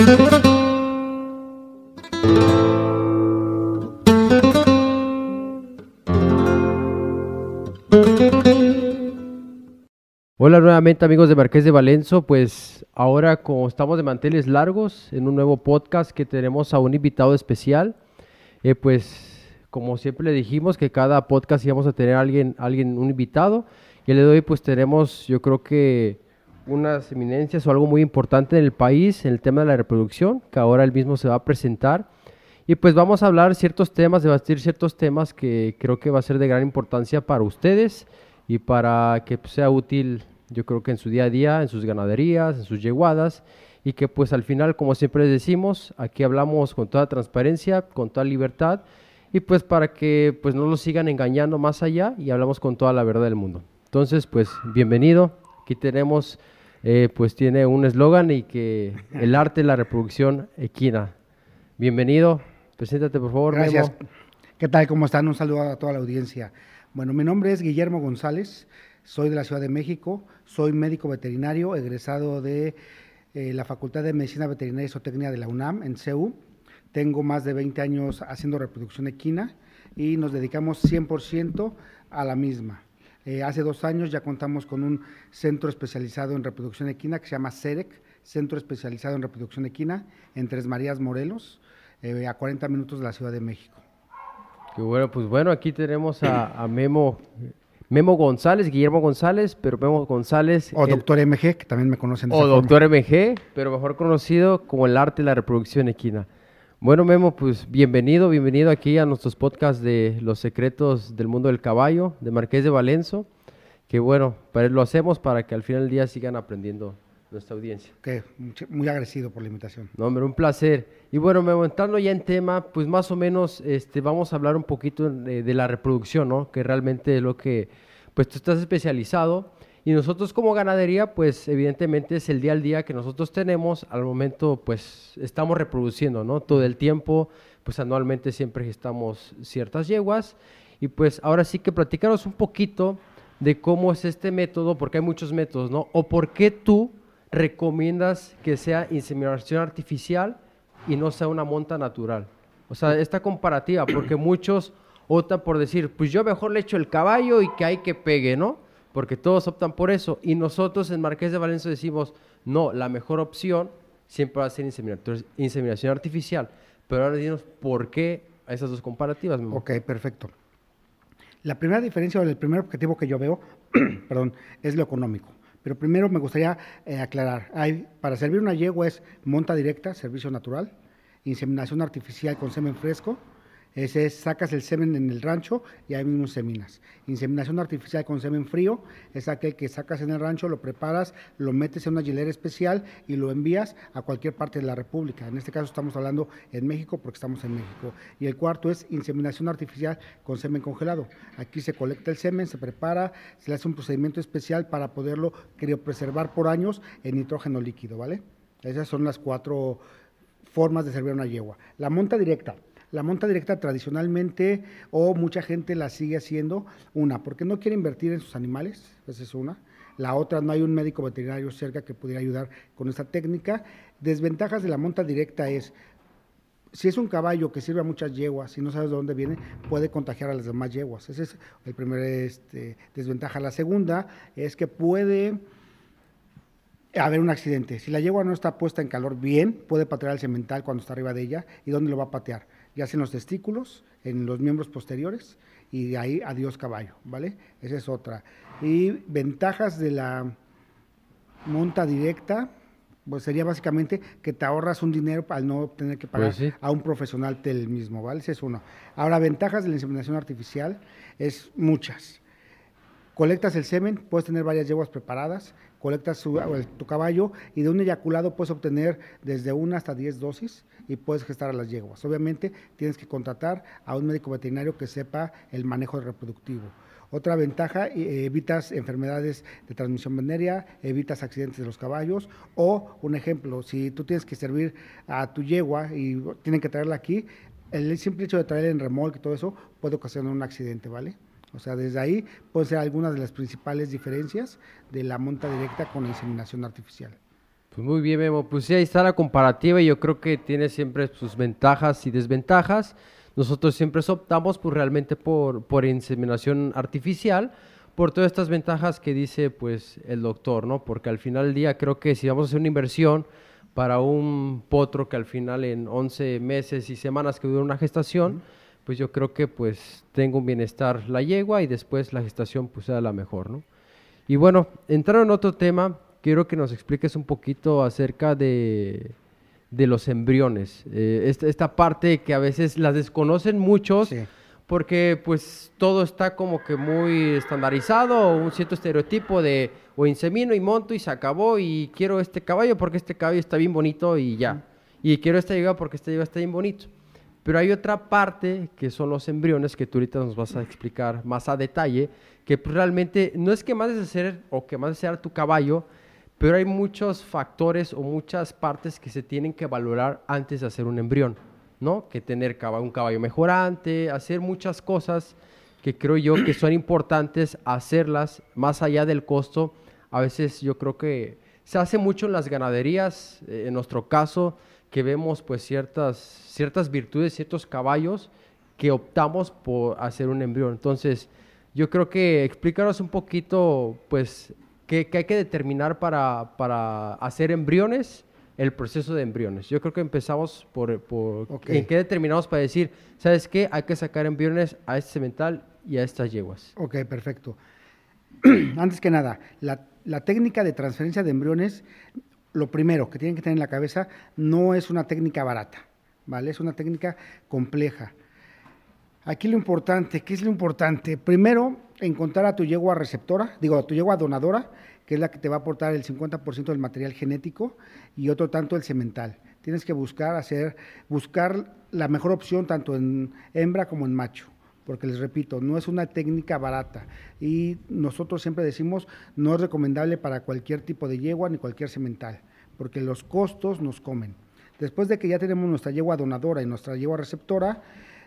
Hola nuevamente amigos de Marqués de Valenzo, pues ahora como estamos de manteles largos en un nuevo podcast que tenemos a un invitado especial, pues como siempre le dijimos que cada podcast íbamos a tener a un invitado y el día de hoy pues tenemos yo creo que unas eminencias o algo muy importante en el país en el tema de la reproducción, que ahora él mismo se va a presentar y pues vamos a hablar ciertos temas, debatir ciertos temas que creo que va a ser de gran importancia para ustedes y para que pues, sea útil yo creo que en su día a día, en sus ganaderías, en sus yeguadas, y que pues al final, como siempre les decimos, aquí hablamos con toda transparencia, con toda libertad, y pues para que pues no los sigan engañando más allá y hablamos con toda la verdad del mundo. Entonces, pues bienvenido, aquí tenemos, pues tiene un eslogan y que el arte de la reproducción equina. Bienvenido, preséntate por favor, Gracias. Memo. ¿Qué tal? ¿Cómo están? Un saludo a toda la audiencia. Bueno, mi nombre es Guillermo González, soy de la Ciudad de México, soy médico veterinario, egresado de la Facultad de Medicina Veterinaria y Zootecnia de la UNAM, en CEU. Tengo más de 20 años haciendo reproducción equina y nos dedicamos 100% a la misma. Hace 2 años ya contamos con un centro especializado en reproducción equina que se llama CEREC, Centro Especializado en Reproducción Equina, en Tres Marías, Morelos, a 40 minutos de la Ciudad de México. Qué bueno, pues bueno, aquí tenemos a Memo González, Guillermo González, pero Memo González. O Doctor MG, que también me conocen de esa O forma. Doctor MG, pero mejor conocido como el arte de la reproducción equina. Bueno, Memo, pues bienvenido aquí a nuestros podcasts de los secretos del mundo del caballo, de Marqués de Valenzo, que bueno, lo hacemos para que al final del día sigan aprendiendo nuestra audiencia. Okay, muy agradecido por la invitación. No, hombre, un placer. Y bueno, Memo, entrando ya en tema, pues más o menos vamos a hablar un poquito de la reproducción, ¿no? Que realmente es lo que, pues tú estás especializado y nosotros como ganadería, pues evidentemente es el día al día que nosotros tenemos, al momento pues estamos reproduciendo, ¿no? Todo el tiempo, pues anualmente siempre gestamos ciertas yeguas y pues ahora sí que platicaros un poquito de cómo es este método, porque hay muchos métodos, ¿no? O por qué tú recomiendas que sea inseminación artificial y no sea una monta natural. O sea, esta comparativa, porque muchos optan por decir, pues yo mejor le echo el caballo y que hay que pegue, ¿no? Porque todos optan por eso. Y nosotros en Marqués de Valenzo decimos, no, la mejor opción siempre va a ser inseminación artificial. Pero ahora dinos por qué a esas dos comparativas, Memo. Ok, perfecto. La primera diferencia o el primer objetivo que yo veo, perdón, es lo económico. Pero primero me gustaría aclarar, para servir una yegua es monta directa, servicio natural, inseminación artificial con semen fresco, ese es, sacas el semen en el rancho y ahí mismo seminas. Inseminación artificial con semen frío es aquel que sacas en el rancho, lo preparas, lo metes en una hielera especial y lo envías a cualquier parte de la República. En este caso estamos hablando en México porque estamos en México. Y el cuarto es inseminación artificial con semen congelado. Aquí se colecta el semen, se prepara, se le hace un procedimiento especial para poderlo criopreservar por años en nitrógeno líquido, ¿vale? Esas son las 4 formas de servir una yegua. La monta directa. La monta directa tradicionalmente, o mucha gente la sigue haciendo, una, porque no quiere invertir en sus animales, esa es una. La otra, no hay un médico veterinario cerca que pudiera ayudar con esta técnica. Desventajas de la monta directa es, si es un caballo que sirve a muchas yeguas y no sabes de dónde viene, puede contagiar a las demás yeguas. Esa es el primer desventaja. La segunda es que puede haber un accidente. Si la yegua no está puesta en calor bien, puede patear el semental cuando está arriba de ella. ¿Y dónde lo va a patear? Ya sea en los testículos, en los miembros posteriores, y de ahí adiós caballo, ¿vale? Esa es otra. Y ventajas de la monta directa, pues sería básicamente que te ahorras un dinero al no tener que pagar a un profesional del mismo, ¿vale? Ese es uno. Ahora, ventajas de la inseminación artificial es muchas. Colectas el semen, puedes tener varias yeguas preparadas, colectas tu caballo y de un eyaculado puedes obtener desde 1 hasta 10 dosis y puedes gestar a las yeguas. Obviamente tienes que contratar a un médico veterinario que sepa el manejo reproductivo. Otra ventaja, evitas enfermedades de transmisión venérea, evitas accidentes de los caballos o, un ejemplo, si tú tienes que servir a tu yegua y tienen que traerla aquí, el simple hecho de traerla en remolque y todo eso puede ocasionar un accidente, ¿vale? O sea, desde ahí pueden ser algunas de las principales diferencias de la monta directa con la inseminación artificial. Pues muy bien, Memo. Pues sí, ahí está la comparativa y yo creo que tiene siempre sus ventajas y desventajas. Nosotros siempre optamos pues realmente por inseminación artificial, por todas estas ventajas que dice pues el doctor, ¿no? Porque al final del día creo que si vamos a hacer una inversión para un potro que al final en 11 meses y semanas que dura una gestación, pues yo creo que pues tenga un bienestar la yegua y después la gestación pues sea la mejor, ¿no? Y bueno, entrar en otro tema, quiero que nos expliques un poquito acerca de los embriones. Esta parte que a veces las desconocen muchos Sí. porque pues todo está como que muy estandarizado, o un cierto estereotipo de o insemino y monto y se acabó y quiero este caballo porque este caballo está bien bonito y ya. Y quiero esta yegua porque esta yegua está bien bonito. Pero hay otra parte que son los embriones que tú ahorita nos vas a explicar más a detalle, que pues, realmente no es que mandes a hacer o que mandes a hacer a tu caballo, pero hay muchos factores o muchas partes que se tienen que valorar antes de hacer un embrión, ¿no? Que tener un caballo mejorante, hacer muchas cosas que creo yo que son importantes hacerlas más allá del costo. A veces yo creo que se hace mucho en las ganaderías, en nuestro caso, que vemos pues ciertas virtudes, ciertos caballos que optamos por hacer un embrión. Entonces, yo creo que explícanos un poquito, pues, qué hay que determinar para hacer embriones, el proceso de embriones. Yo creo que empezamos por Ok. en qué determinamos para decir, ¿sabes qué? Hay que sacar embriones a este semental y a estas yeguas. Ok, perfecto. Antes que nada, la técnica de transferencia de embriones, lo primero que tienen que tener en la cabeza, no es una técnica barata, ¿vale? Es una técnica compleja. Aquí lo importante, ¿qué es lo importante? Primero, encontrar a tu yegua receptora, digo, a tu yegua donadora, que es la que te va a aportar el 50% del material genético y otro tanto el semental. Tienes que buscar la mejor opción tanto en hembra como en macho, porque les repito, no es una técnica barata y nosotros siempre decimos no es recomendable para cualquier tipo de yegua ni cualquier semental, porque los costos nos comen. Después de que ya tenemos nuestra yegua donadora y nuestra yegua receptora,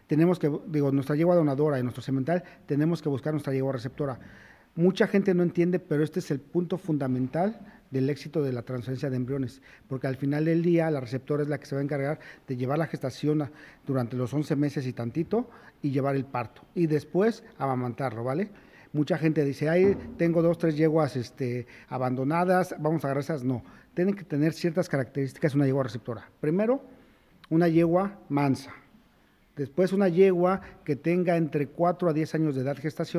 nuestra yegua donadora y nuestro semental, tenemos que buscar nuestra yegua receptora. Mucha gente no entiende, pero este es el punto fundamental del éxito de la transferencia de embriones, porque al final del día la receptora es la que se va a encargar de llevar la gestación durante los 11 meses y tantito y llevar el parto y después amamantarlo, ¿vale? Mucha gente dice, ay, tengo 2, 3 yeguas abandonadas, vamos a agarrar esas. No, tienen que tener ciertas características una yegua receptora. Primero, una yegua mansa. Después una yegua que tenga entre 4 a 10 años de edad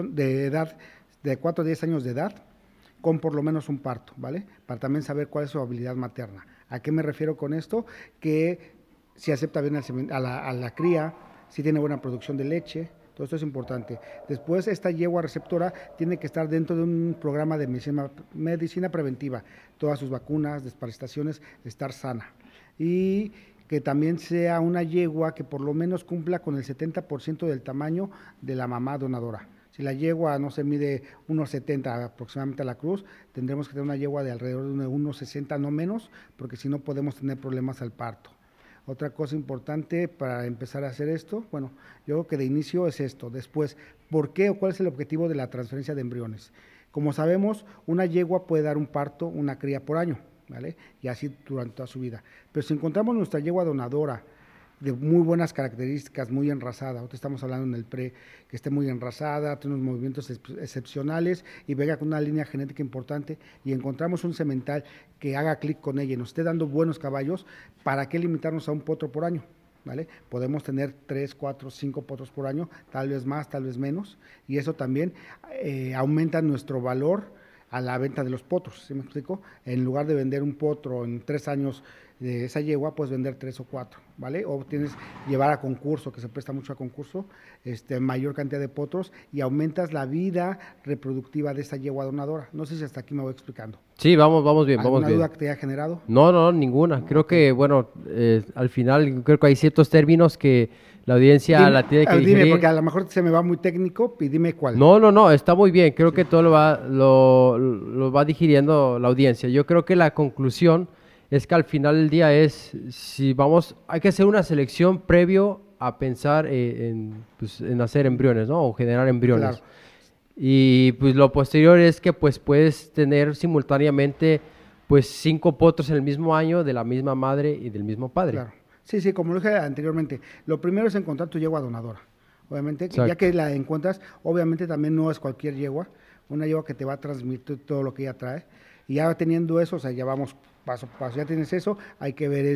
de 4 a 10 años de edad, con por lo menos un parto, ¿vale? Para también saber cuál es su habilidad materna. ¿A qué me refiero con esto? Que si acepta bien a la cría, si tiene buena producción de leche, todo esto es importante. Después, esta yegua receptora tiene que estar dentro de un programa de medicina preventiva, todas sus vacunas, desparasitaciones, estar sana. Y que también sea una yegua que por lo menos cumpla con el 70% del tamaño de la mamá donadora. Si la yegua no se mide 1,70 aproximadamente a la cruz, tendremos que tener una yegua de alrededor de 1,60 no menos, porque si no podemos tener problemas al parto. Otra cosa importante para empezar a hacer esto, bueno, yo creo que de inicio es esto. Después, ¿por qué o cuál es el objetivo de la transferencia de embriones? Como sabemos, una yegua puede dar un parto, una cría por año, ¿vale? Y así durante toda su vida. Pero si encontramos nuestra yegua donadora de muy buenas características, muy enrasada, ahorita estamos hablando en el pre, que esté muy enrasada, tiene unos movimientos excepcionales y venga con una línea genética importante y encontramos un semental que haga clic con ella y nos esté dando buenos caballos, ¿para qué limitarnos a un potro por año? ¿Vale? Podemos tener 3, 4, 5 potros por año, tal vez más, tal vez menos, y eso también aumenta nuestro valor a la venta de los potros, ¿sí me explico? En lugar de vender un potro en 3 años de esa yegua, puedes vender 3 o 4, ¿vale? O tienes llevar a concurso, que se presta mucho a concurso, mayor cantidad de potros y aumentas la vida reproductiva de esa yegua donadora. No sé si hasta aquí me voy explicando. Sí, vamos bien, vamos ¿Alguna bien. duda que te haya generado? No, ninguna. Creo que, bueno, al final creo que hay ciertos términos que la audiencia la tiene que digerir. Dime, porque a lo mejor se me va muy técnico y dime cuál. No, está muy bien. Creo que todo lo va digiriendo la audiencia. Yo creo que la conclusión es que al final del día hay que hacer una selección previo a pensar pues, en hacer embriones, ¿no? O generar embriones. Claro. Y pues lo posterior es que pues puedes tener simultáneamente pues 5 potros en el mismo año de la misma madre y del mismo padre. Claro. Sí, sí, como lo dije anteriormente, lo primero es encontrar tu yegua donadora. Obviamente, ya Exacto. que la encuentras, obviamente también no es cualquier yegua, una yegua que te va a transmitir todo lo que ella trae. Y ya teniendo eso, o sea, ya vamos paso a paso, ya tienes eso, hay que ver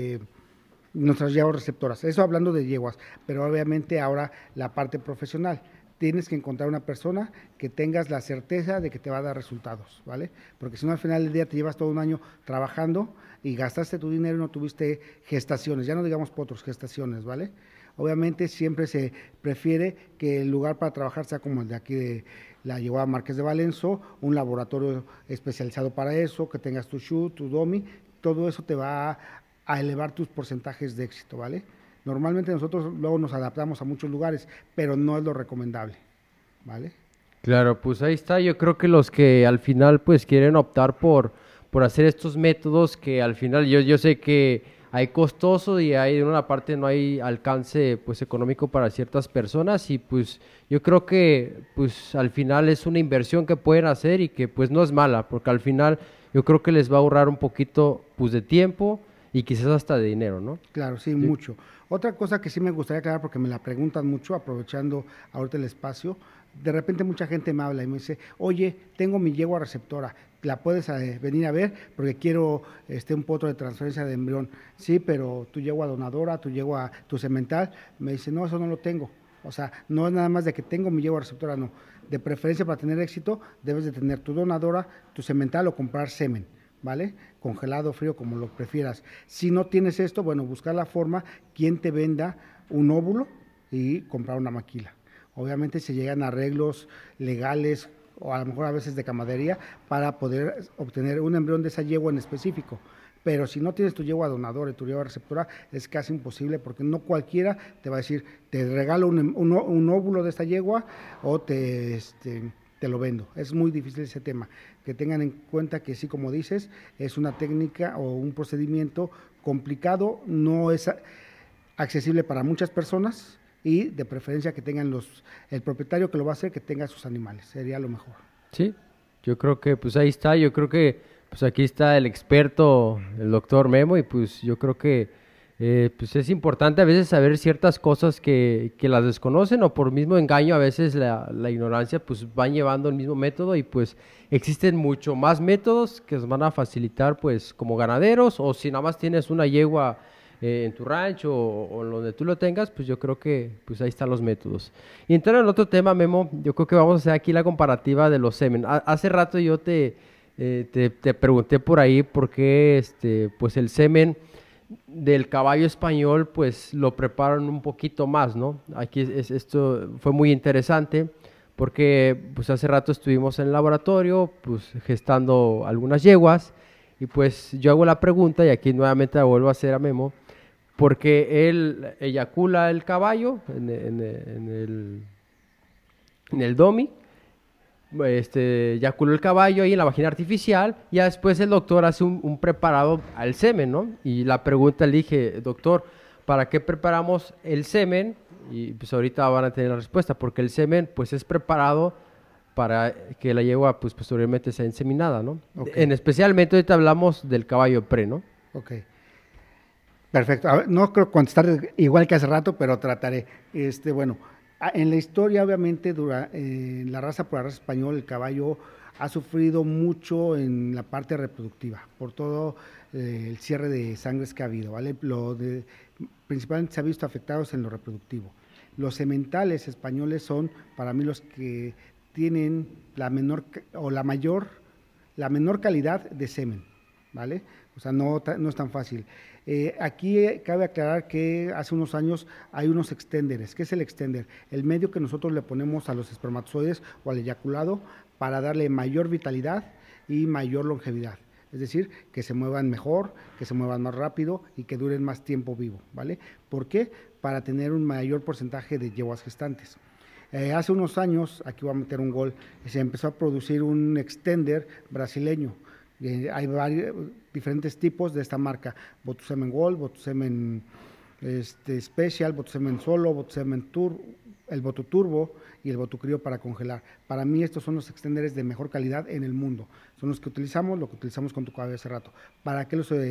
nuestras yeguas receptoras. Eso hablando de yeguas, pero obviamente ahora la parte profesional. Tienes que encontrar una persona que tengas la certeza de que te va a dar resultados, ¿vale? Porque si no, al final del día te llevas todo un año trabajando y gastaste tu dinero y no tuviste gestaciones, ya no digamos potros, gestaciones, ¿vale? Obviamente siempre se prefiere que el lugar para trabajar sea como el de aquí de la Yeguada Marqués de Valenzo, un laboratorio especializado para eso, que tengas tu SHU, tu DOMI, todo eso te va a elevar tus porcentajes de éxito, ¿vale? Normalmente nosotros luego nos adaptamos a muchos lugares, pero no es lo recomendable, ¿vale? Claro, pues ahí está. Yo creo que los que al final pues quieren optar por hacer estos métodos que al final yo sé que hay costoso y hay en una parte no hay alcance pues económico para ciertas personas y pues yo creo que pues al final es una inversión que pueden hacer y que pues no es mala porque al final yo creo que les va a ahorrar un poquito pues de tiempo y quizás hasta de dinero, ¿no? Claro, sí, Yo- mucho. Otra cosa que sí me gustaría aclarar, porque me la preguntan mucho, aprovechando ahorita el espacio, de repente mucha gente me habla y me dice, oye, tengo mi yegua receptora, ¿la puedes venir a ver? Porque quiero un potro de transferencia de embrión. Sí, pero tu yegua donadora, tu semental, me dice, no, eso no lo tengo. O sea, no es nada más de que tengo mi yegua receptora, no. De preferencia para tener éxito, debes de tener tu donadora, tu semental o comprar semen. ¿Vale? Congelado, frío, como lo prefieras. Si no tienes esto, bueno, buscar la forma, quien te venda un óvulo y comprar una maquila. Obviamente se llegan a arreglos legales o a lo mejor a veces de camadería para poder obtener un embrión de esa yegua en específico. Pero si no tienes tu yegua donadora y tu yegua receptora, es casi imposible porque no cualquiera te va a decir, te regalo un óvulo de esta yegua o te lo vendo. Es muy difícil ese tema. Que tengan en cuenta que sí, como dices, es una técnica o un procedimiento complicado, no es accesible para muchas personas y de preferencia que tengan el propietario que lo va a hacer, que tenga sus animales, sería lo mejor. Sí, yo creo que pues ahí está, yo creo que pues aquí está el experto, el doctor Memo, y pues yo creo que pues es importante a veces saber ciertas cosas que las desconocen o por mismo engaño a veces la ignorancia pues van llevando el mismo método y pues existen mucho más métodos que nos van a facilitar pues como ganaderos o si nada más tienes una yegua en tu rancho o en donde tú lo tengas, pues yo creo que pues ahí están los métodos. Y entrando en otro tema, Memo, yo creo que vamos a hacer aquí la comparativa de los semen. Hace rato yo te pregunté por ahí por qué pues el semen del caballo español pues lo preparan un poquito más, ¿no? Aquí esto fue muy interesante porque pues hace rato estuvimos en el laboratorio pues gestando algunas yeguas y pues yo hago la pregunta y aquí nuevamente la vuelvo a hacer a Memo porque él eyacula el caballo en el domi, eyaculó el caballo ahí en la vagina artificial, y ya después el doctor hace un preparado al semen, ¿no? Y la pregunta le dije, doctor, ¿para qué preparamos el semen? Y pues ahorita van a tener la respuesta, porque el semen pues es preparado para que la yegua pues posteriormente sea inseminada, ¿no? Ok, Especialmente ahorita hablamos del caballo pre, ¿no? ok. Perfecto. A ver, no creo contestar igual que hace rato, pero trataré. Bueno, en la historia, obviamente, la raza por la raza española, el caballo ha sufrido mucho en la parte reproductiva, por todo el cierre de sangres que ha habido, ¿vale? Principalmente se ha visto afectados en lo reproductivo. Los sementales españoles son, para mí, los que tienen la menor o la menor calidad de semen, ¿vale? O sea, no es tan fácil. Aquí cabe aclarar que hace unos años hay unos extenders. ¿Qué es el extender? El medio que nosotros le ponemos a los espermatozoides o al eyaculado para darle mayor vitalidad y mayor longevidad. Es decir, que se muevan mejor, que se muevan más rápido y que duren más tiempo vivo, ¿vale? ¿Por qué? Para tener un mayor porcentaje de yeguas gestantes. Hace unos años, aquí voy a meter un gol, se empezó a producir un extender brasileño. Hay diferentes tipos de esta marca, Botusemen Gold, Botusemen Special, Botusemen Solo, Botusemen Tour, el Botuturbo y el Botucrio para congelar. Para mí estos son los extenders de mejor calidad en el mundo. Son los que utilizamos, lo que utilizamos con tu cabello hace rato. ¿Para qué los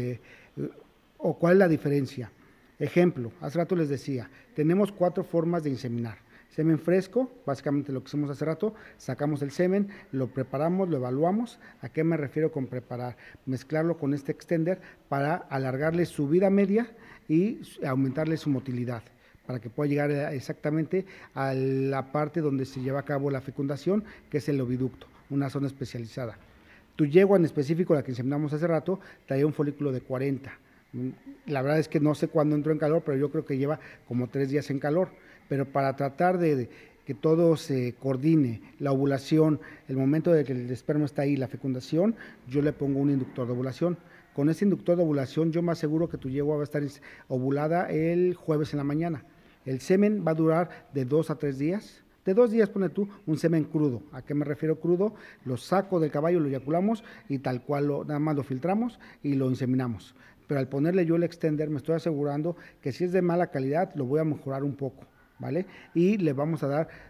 o cuál es la diferencia? Ejemplo, hace rato les decía, tenemos 4 formas de inseminar. Semen fresco, básicamente lo que hicimos hace rato, sacamos el semen, lo preparamos, lo evaluamos. ¿A qué me refiero con preparar? Mezclarlo con este extender para alargarle su vida media y aumentarle su motilidad, para que pueda llegar exactamente a la parte donde se lleva a cabo la fecundación, que es el oviducto, una zona especializada. Tu yegua en específico, la que inseminamos hace rato, traía un folículo de 40. La verdad es que no sé cuándo entró en calor, pero yo creo que lleva como 3 días en calor. Pero para tratar de que todo se coordine, la ovulación, el momento de que el esperma está ahí, la fecundación, yo le pongo un inductor de ovulación. Con ese inductor de ovulación yo me aseguro que tu yegua va a estar ovulada el jueves en la mañana. El semen va a durar de 2 a 3 días. De 2 días, pone tú, un semen crudo. ¿A qué me refiero crudo? Lo saco del caballo, lo eyaculamos y tal cual nada más lo filtramos y lo inseminamos. Pero al ponerle yo el extender me estoy asegurando que si es de mala calidad lo voy a mejorar un poco, ¿vale? Y le vamos a dar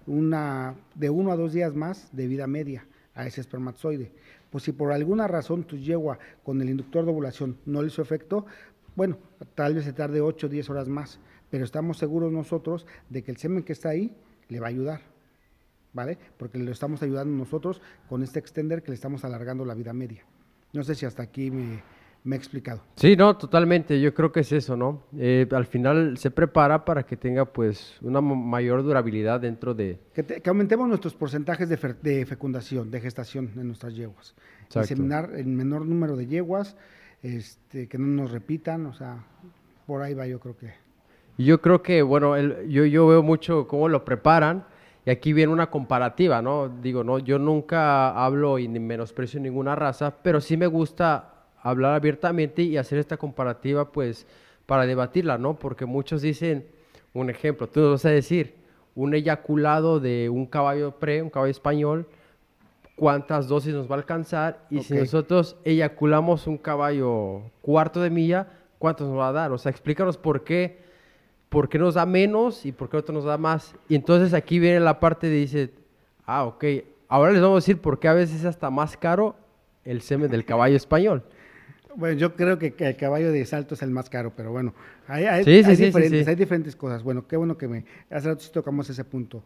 de 1 a 2 días más de vida media a ese espermatozoide. Pues si por alguna razón tu yegua con el inductor de ovulación no le hizo efecto, bueno, tal vez se tarde 8 o 10 horas más, pero estamos seguros nosotros de que el semen que está ahí le va a ayudar, ¿vale? Porque le estamos ayudando nosotros con este extender que le estamos alargando la vida media. No sé si hasta aquí me he explicado. Sí, no, totalmente. Yo creo que es eso, ¿no? Al final se prepara para que tenga pues una mayor durabilidad dentro de... Que aumentemos nuestros porcentajes de fecundación, de gestación en nuestras yeguas. Exacto. Inseminar el menor número de yeguas, que no nos repitan, o sea, por ahí va yo creo que... Y yo creo que, bueno, yo veo mucho cómo lo preparan y aquí viene una comparativa, ¿no? Digo, no, yo nunca hablo y ni menosprecio ninguna raza, pero sí me gusta hablar abiertamente y hacer esta comparativa, pues, para debatirla, ¿no? Porque muchos dicen, un ejemplo, tú nos vas a decir, un eyaculado de un caballo un caballo español, ¿cuántas dosis nos va a alcanzar? Y si nosotros eyaculamos un caballo cuarto de milla, ¿cuántos nos va a dar? O sea, explícanos por qué nos da menos y por qué otro nos da más. Y entonces aquí viene la parte de dice, ok, ahora les vamos a decir por qué a veces es hasta más caro el semen del caballo español. Bueno, yo creo que el caballo de salto es el más caro, pero bueno, hay diferentes cosas. Bueno, qué bueno que hace rato sí tocamos ese punto.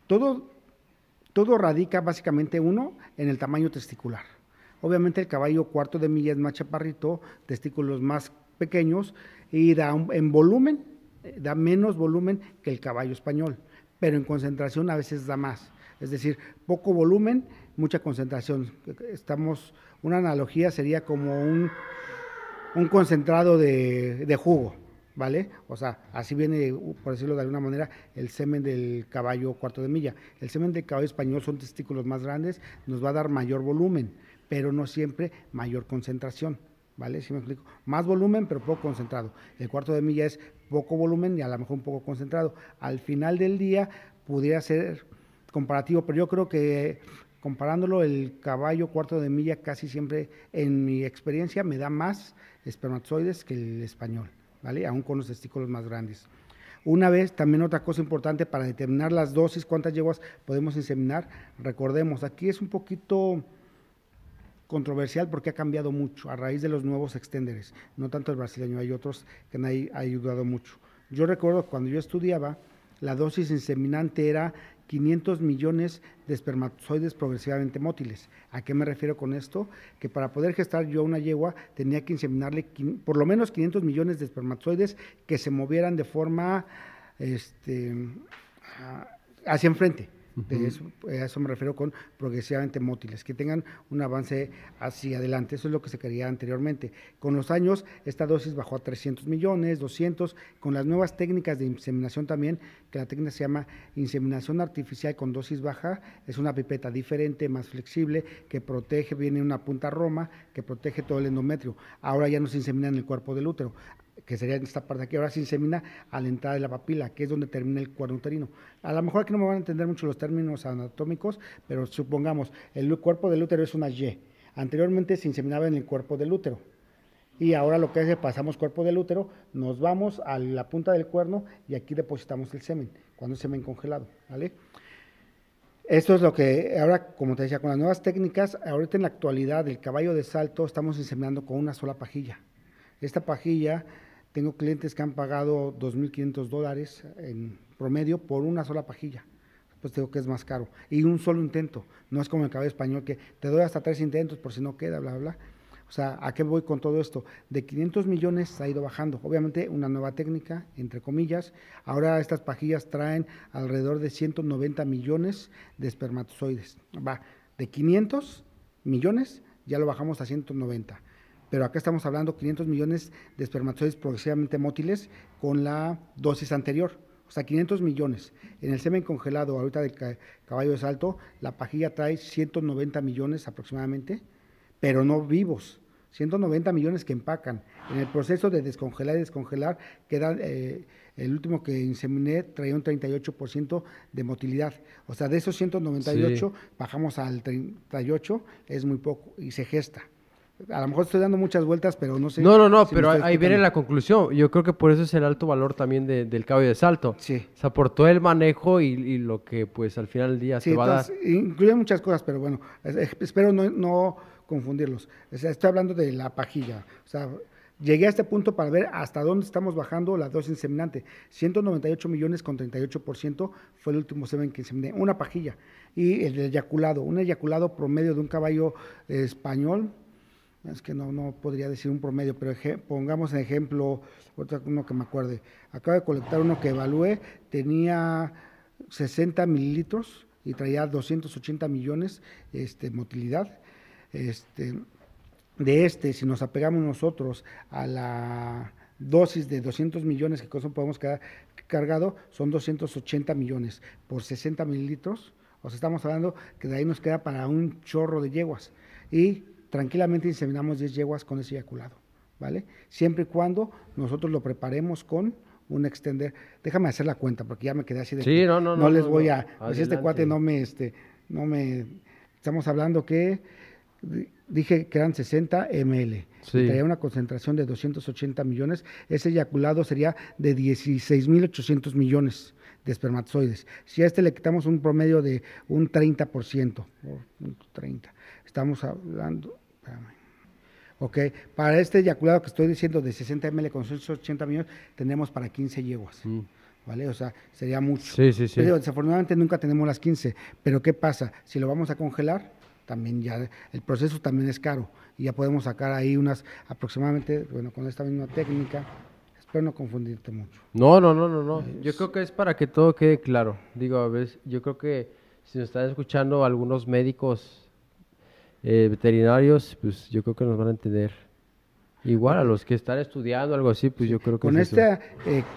Todo radica básicamente en el tamaño testicular. Obviamente el caballo cuarto de milla es más chaparrito, testículos más pequeños y en volumen, da menos volumen que el caballo español, pero en concentración a veces da más. Es decir, poco volumen, mucha concentración. Una analogía sería como un concentrado de jugo, ¿vale? O sea, así viene, por decirlo de alguna manera, el semen del caballo cuarto de milla. El semen del caballo español son testículos más grandes, nos va a dar mayor volumen, pero no siempre mayor concentración, ¿vale? ¿Sí me explico? Más volumen, pero poco concentrado. El cuarto de milla es poco volumen y a lo mejor un poco concentrado. Al final del día pudiera ser comparativo, pero yo creo que comparándolo, el caballo cuarto de milla casi siempre, en mi experiencia, me da más espermatozoides que el español, ¿vale? Aún con los testículos más grandes. Una vez, también otra cosa importante para determinar las dosis, cuántas yeguas podemos inseminar, recordemos, aquí es un poquito controversial porque ha cambiado mucho a raíz de los nuevos extenders, no tanto el brasileño, hay otros que han ayudado mucho. Yo recuerdo cuando yo estudiaba, la dosis inseminante era 500 millones de espermatozoides progresivamente mótiles. ¿A qué me refiero con esto? Que para poder gestar yo una yegua tenía que inseminarle por lo menos 500 millones de espermatozoides que se movieran de forma hacia enfrente. A eso me refiero con progresivamente mótiles, que tengan un avance hacia adelante. Eso es lo que se quería anteriormente. Con los años, esta dosis bajó a 300 millones, 200, con las nuevas técnicas de inseminación también, que la técnica se llama inseminación artificial con dosis baja. Es una pipeta diferente, más flexible, que protege, viene una punta roma, que protege todo el endometrio. Ahora ya no se insemina en el cuerpo del útero, que sería en esta parte de aquí. Ahora se insemina a la entrada de la papila, que es donde termina el cuerno uterino. A lo mejor aquí no me van a entender mucho los términos anatómicos, pero supongamos, el cuerpo del útero es una Y. Anteriormente se inseminaba en el cuerpo del útero. Y ahora lo que hace, pasamos cuerpo del útero, nos vamos a la punta del cuerno y aquí depositamos el semen, cuando es semen congelado, ¿vale? Esto es lo que ahora, como te decía, con las nuevas técnicas, ahorita en la actualidad, el caballo de salto estamos inseminando con una sola pajilla. Esta pajilla, tengo clientes que han pagado $2,500 en promedio por una sola pajilla. Pues digo que es más caro. Y un solo intento. No es como el caballo español que te doy hasta 3 intentos por si no queda, bla, bla. O sea, ¿a qué voy con todo esto? De 500 millones ha ido bajando. Obviamente una nueva técnica, entre comillas. Ahora estas pajillas traen alrededor de 190 millones de espermatozoides. Va, de 500 millones ya lo bajamos a 190. Pero acá estamos hablando 500 millones de espermatozoides progresivamente mótiles con la dosis anterior. O sea, 500 millones. En el semen congelado ahorita del caballo de salto, la pajilla trae 190 millones aproximadamente, pero no vivos. 190 millones que empacan. En el proceso de descongelar y descongelar, queda, el último que inseminé traía un 38% de motilidad. O sea, de esos 198 Sí. bajamos al 38, es muy poco y se gesta. A lo mejor estoy dando muchas vueltas, pero no sé No, si me pero estoy ahí viene explicando. la conclusión. Yo creo que por eso es el alto valor también del caballo de salto. Sí. O sea, por todo el manejo y lo que pues al final del día Sí, te va a dar. entonces incluye muchas cosas, pero bueno, espero no confundirlos. O sea, estoy hablando de la pajilla. O sea, llegué a este punto para ver hasta dónde estamos bajando la dosis inseminante. 198 millones con 38% fue el último semen que inseminé, una pajilla. Y el eyaculado, un eyaculado promedio de un caballo español, es que no podría decir un promedio, pero pongamos en ejemplo, uno que me acuerde. Acabo de colectar uno que evalué, tenía 60 mililitros y traía 280 millones motilidad. Este, si nos apegamos nosotros a la dosis de 200 millones que podemos quedar cargado, son 280 millones por 60 mililitros. O sea, estamos hablando que de ahí nos queda para un chorro de yeguas. Y tranquilamente inseminamos 10 yeguas con ese eyaculado, ¿vale? Siempre y cuando nosotros lo preparemos con un extender. Déjame hacer la cuenta porque ya me quedé así de Sí, que no les voy no. a, pues este cuate Adelante. no me, estamos hablando que dije que eran 60 ml y Sí. traía una concentración de 280 millones, ese eyaculado sería de 16,800 millones de espermatozoides. Si a este le quitamos un promedio de un 30%, o 30, estamos hablando, espérame. Ok, para este eyaculado que estoy diciendo de 60 ml con 180 millones, tenemos para 15 yeguas. Mm. ¿Vale? O sea, sería mucho. Sí, sí, sí. Pero desafortunadamente nunca tenemos las 15. Pero ¿qué pasa? Si lo vamos a congelar, también ya el proceso también es caro. Y ya podemos sacar ahí unas aproximadamente, bueno, con esta misma técnica. Espero no confundirte mucho. No. Yo creo que es para que todo quede claro. Digo, a veces, yo creo que si nos están escuchando algunos médicos veterinarios, pues yo creo que nos van a entender. Igual a Ok. los que están estudiando algo así, pues Sí. yo creo que es Con eso. esta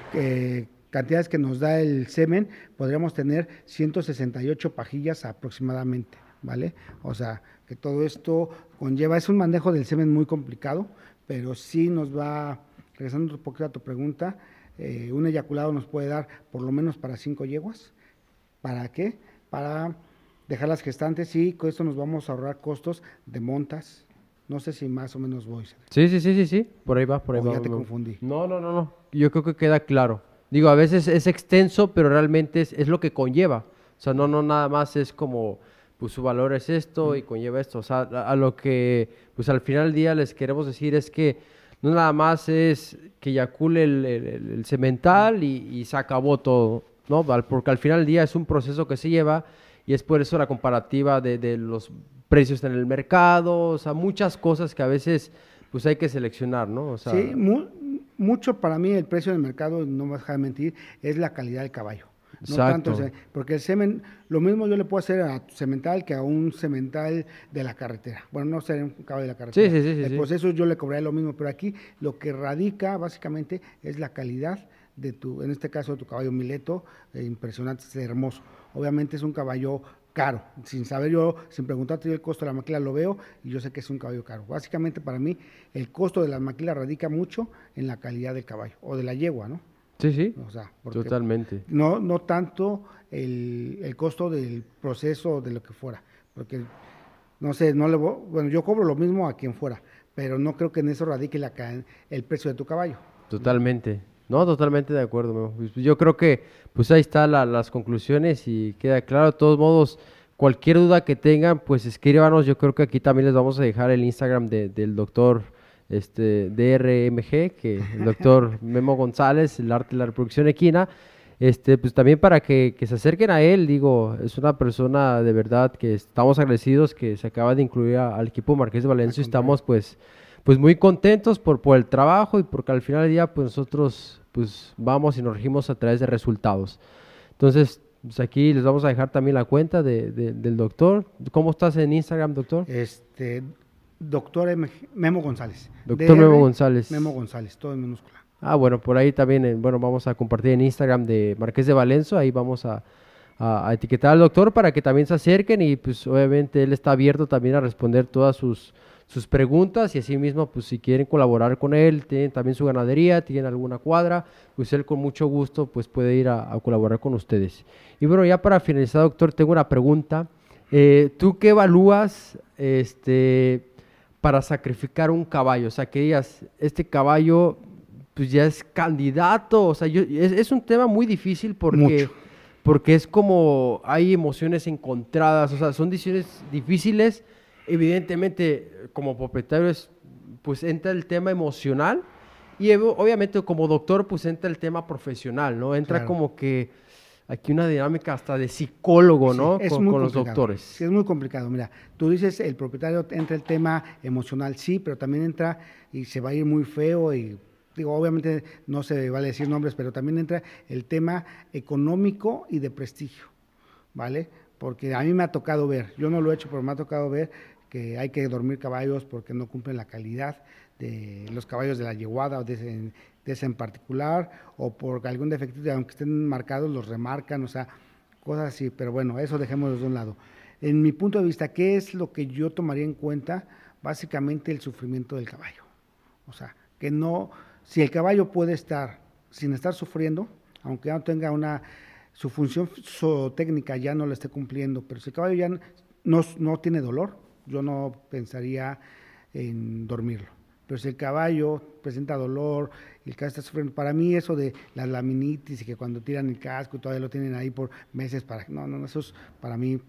cantidades que nos da el semen, podríamos tener 168 pajillas aproximadamente, ¿vale? O sea, que todo esto conlleva, es un manejo del semen muy complicado, pero sí nos va, regresando un poquito a tu pregunta, un eyaculado nos puede dar por lo menos para 5 yeguas. ¿Para qué? Para dejar las gestantes y con esto nos vamos a ahorrar costos de montas. No sé si más o menos voy, Sí. Por ahí o va. ya te confundí. No. Yo creo que queda claro. Digo, a veces es extenso, pero realmente es lo que conlleva. O sea, no nada más es como, pues su valor es esto y conlleva esto. O sea, a lo que, pues al final del día les queremos decir es que no nada más es que eyacule el semental y se acabó todo, ¿no? Porque al final del día es un proceso que se lleva y es por eso la comparativa de los precios en el mercado, o sea, muchas cosas que a veces pues hay que seleccionar, ¿no? O Sí, sea, mucho para mí el precio del mercado, no me vas a dejar de mentir, es la calidad del caballo. No tanto, exacto. porque el semen, lo mismo yo le puedo hacer a tu semental que a un semental de la carretera. Bueno, no ser un caballo de la Sí, carretera. sí, sí, sí, El sí. proceso yo le cobraré lo mismo, pero aquí lo que radica básicamente es la calidad de en este caso de tu caballo Mileto, impresionante, es hermoso. Obviamente es un caballo caro, sin saber yo, sin preguntarte yo el costo de la maquila, lo veo y yo sé que es un caballo caro. Básicamente para mí el costo de la maquila radica mucho en la calidad del caballo o de la yegua, ¿no? Sí, O sea, porque totalmente. no tanto el costo del proceso o de lo que fuera, porque no sé, bueno, yo cobro lo mismo a quien fuera, pero no creo que en eso radique el precio de tu caballo. Totalmente. No, totalmente de acuerdo, Memo. Pues, yo creo que pues ahí están las conclusiones y queda claro. De todos modos, cualquier duda que tengan, pues escríbanos. Yo creo que aquí también les vamos a dejar el Instagram del doctor DRMG, que el doctor Memo González, el arte de la reproducción equina. Pues también para que se acerquen a él, digo, es una persona de verdad que estamos agradecidos que se acaba de incluir al equipo Marqués de Valencia y estamos pues muy contentos por el trabajo y porque al final del día pues nosotros pues vamos y nos regimos a través de resultados. Entonces, pues aquí les vamos a dejar también la cuenta del doctor. ¿Cómo estás en Instagram, doctor? Doctor Memo González. Doctor Memo González. Memo González, todo en minúscula. Ah, bueno, por ahí también, bueno, vamos a compartir en Instagram de Marqués de Valenzo, ahí vamos a etiquetar al doctor para que también se acerquen y pues obviamente él está abierto también a responder todas sus preguntas y así mismo pues si quieren colaborar con él, tienen también su ganadería, tienen alguna cuadra, pues él con mucho gusto pues puede ir a colaborar con ustedes. Y bueno, ya para finalizar, doctor, tengo una pregunta. ¿Tú qué evalúas para sacrificar un caballo? O sea, que digas, este caballo pues ya es candidato, o sea, es un tema muy difícil porque es como hay emociones encontradas, o sea, son decisiones difíciles. Evidentemente, como propietario, pues entra el tema emocional y obviamente como doctor, pues entra el tema profesional, ¿no? Entra como que aquí una dinámica hasta de psicólogo, ¿no? Sí, con los doctores. Sí, es muy complicado. Mira, tú dices, el propietario entra el tema emocional, sí, pero también entra y se va a ir muy feo y digo, obviamente no se vale decir nombres, pero también entra el tema económico y de prestigio, ¿vale? Porque a mí me ha tocado ver, yo no lo he hecho, pero me ha tocado ver que hay que dormir caballos porque no cumplen la calidad de los caballos de la yeguada o de ese en particular, o por algún defecto, aunque estén marcados, los remarcan, o sea, cosas así, pero bueno, eso dejémoslo de un lado. En mi punto de vista, ¿qué es lo que yo tomaría en cuenta? Básicamente el sufrimiento del caballo, o sea, que no... Si el caballo puede estar sin estar sufriendo, aunque ya no tenga su función zootécnica ya no la esté cumpliendo, pero si el caballo ya no tiene dolor, yo no pensaría en dormirlo. Pero si el caballo presenta dolor y el caballo está sufriendo, para mí eso de la laminitis y que cuando tiran el casco y todavía lo tienen ahí por meses, no, eso es para mí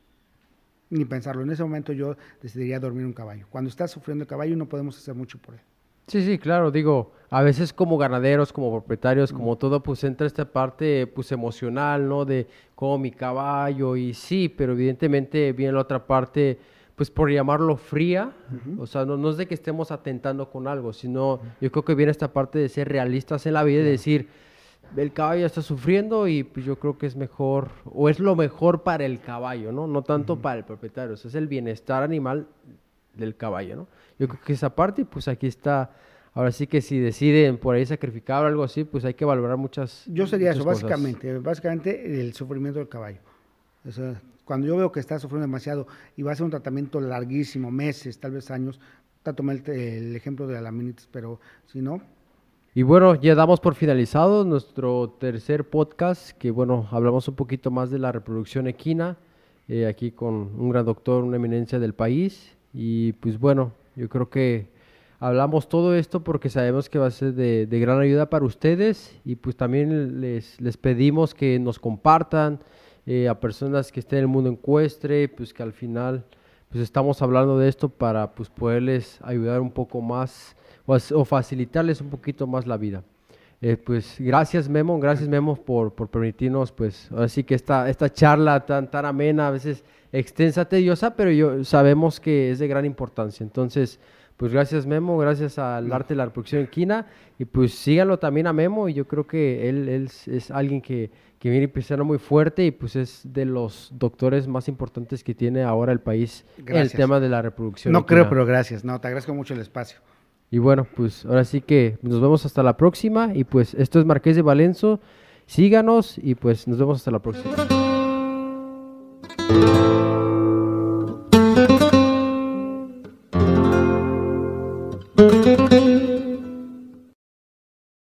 ni pensarlo. En ese momento yo decidiría dormir un caballo. Cuando está sufriendo el caballo no podemos hacer mucho por él. Sí, claro, digo, a veces como ganaderos, como propietarios, como todo, pues entra esta parte pues emocional, ¿no? De como mi caballo y sí, pero evidentemente viene la otra parte, pues por llamarlo fría, o sea, no es de que estemos atentando con algo, sino yo creo que viene esta parte de ser realistas en la vida y decir, el caballo está sufriendo y pues yo creo que es mejor, o es lo mejor para el caballo, ¿no? No tanto para el propietario, o sea, es el bienestar animal del caballo, ¿no? Yo creo que esa parte, pues aquí está. Ahora sí que si deciden por ahí sacrificar o algo así, pues hay que valorar muchas Yo sería eso, cosas. básicamente el sufrimiento del caballo. O sea, cuando yo veo que está sufriendo demasiado y va a ser un tratamiento larguísimo, meses, tal vez años, tomé el ejemplo de la laminitis, pero si no... Y bueno, ya damos por finalizado nuestro tercer podcast, que bueno, hablamos un poquito más de la reproducción equina, aquí con un gran doctor, una eminencia del país, y pues bueno, yo creo que hablamos todo esto porque sabemos que va a ser de gran ayuda para ustedes y pues también les pedimos que nos compartan a personas que estén en el mundo ecuestre, pues que al final pues estamos hablando de esto para pues poderles ayudar un poco más o facilitarles un poquito más la vida. Pues gracias Memo por permitirnos pues ahora sí que esta charla tan amena, a veces extensa, tediosa, pero sabemos que es de gran importancia. Entonces, pues gracias Memo, gracias al arte de la reproducción equina y pues síganlo también a Memo y yo creo que él es alguien que viene empezando muy fuerte y pues es de los doctores más importantes que tiene ahora el país en el tema de la reproducción equina. No creo, pero gracias, te agradezco mucho el espacio. Y bueno, pues ahora sí que nos vemos hasta la próxima y pues esto es Marqués de Valenzo, síganos y pues nos vemos hasta la próxima.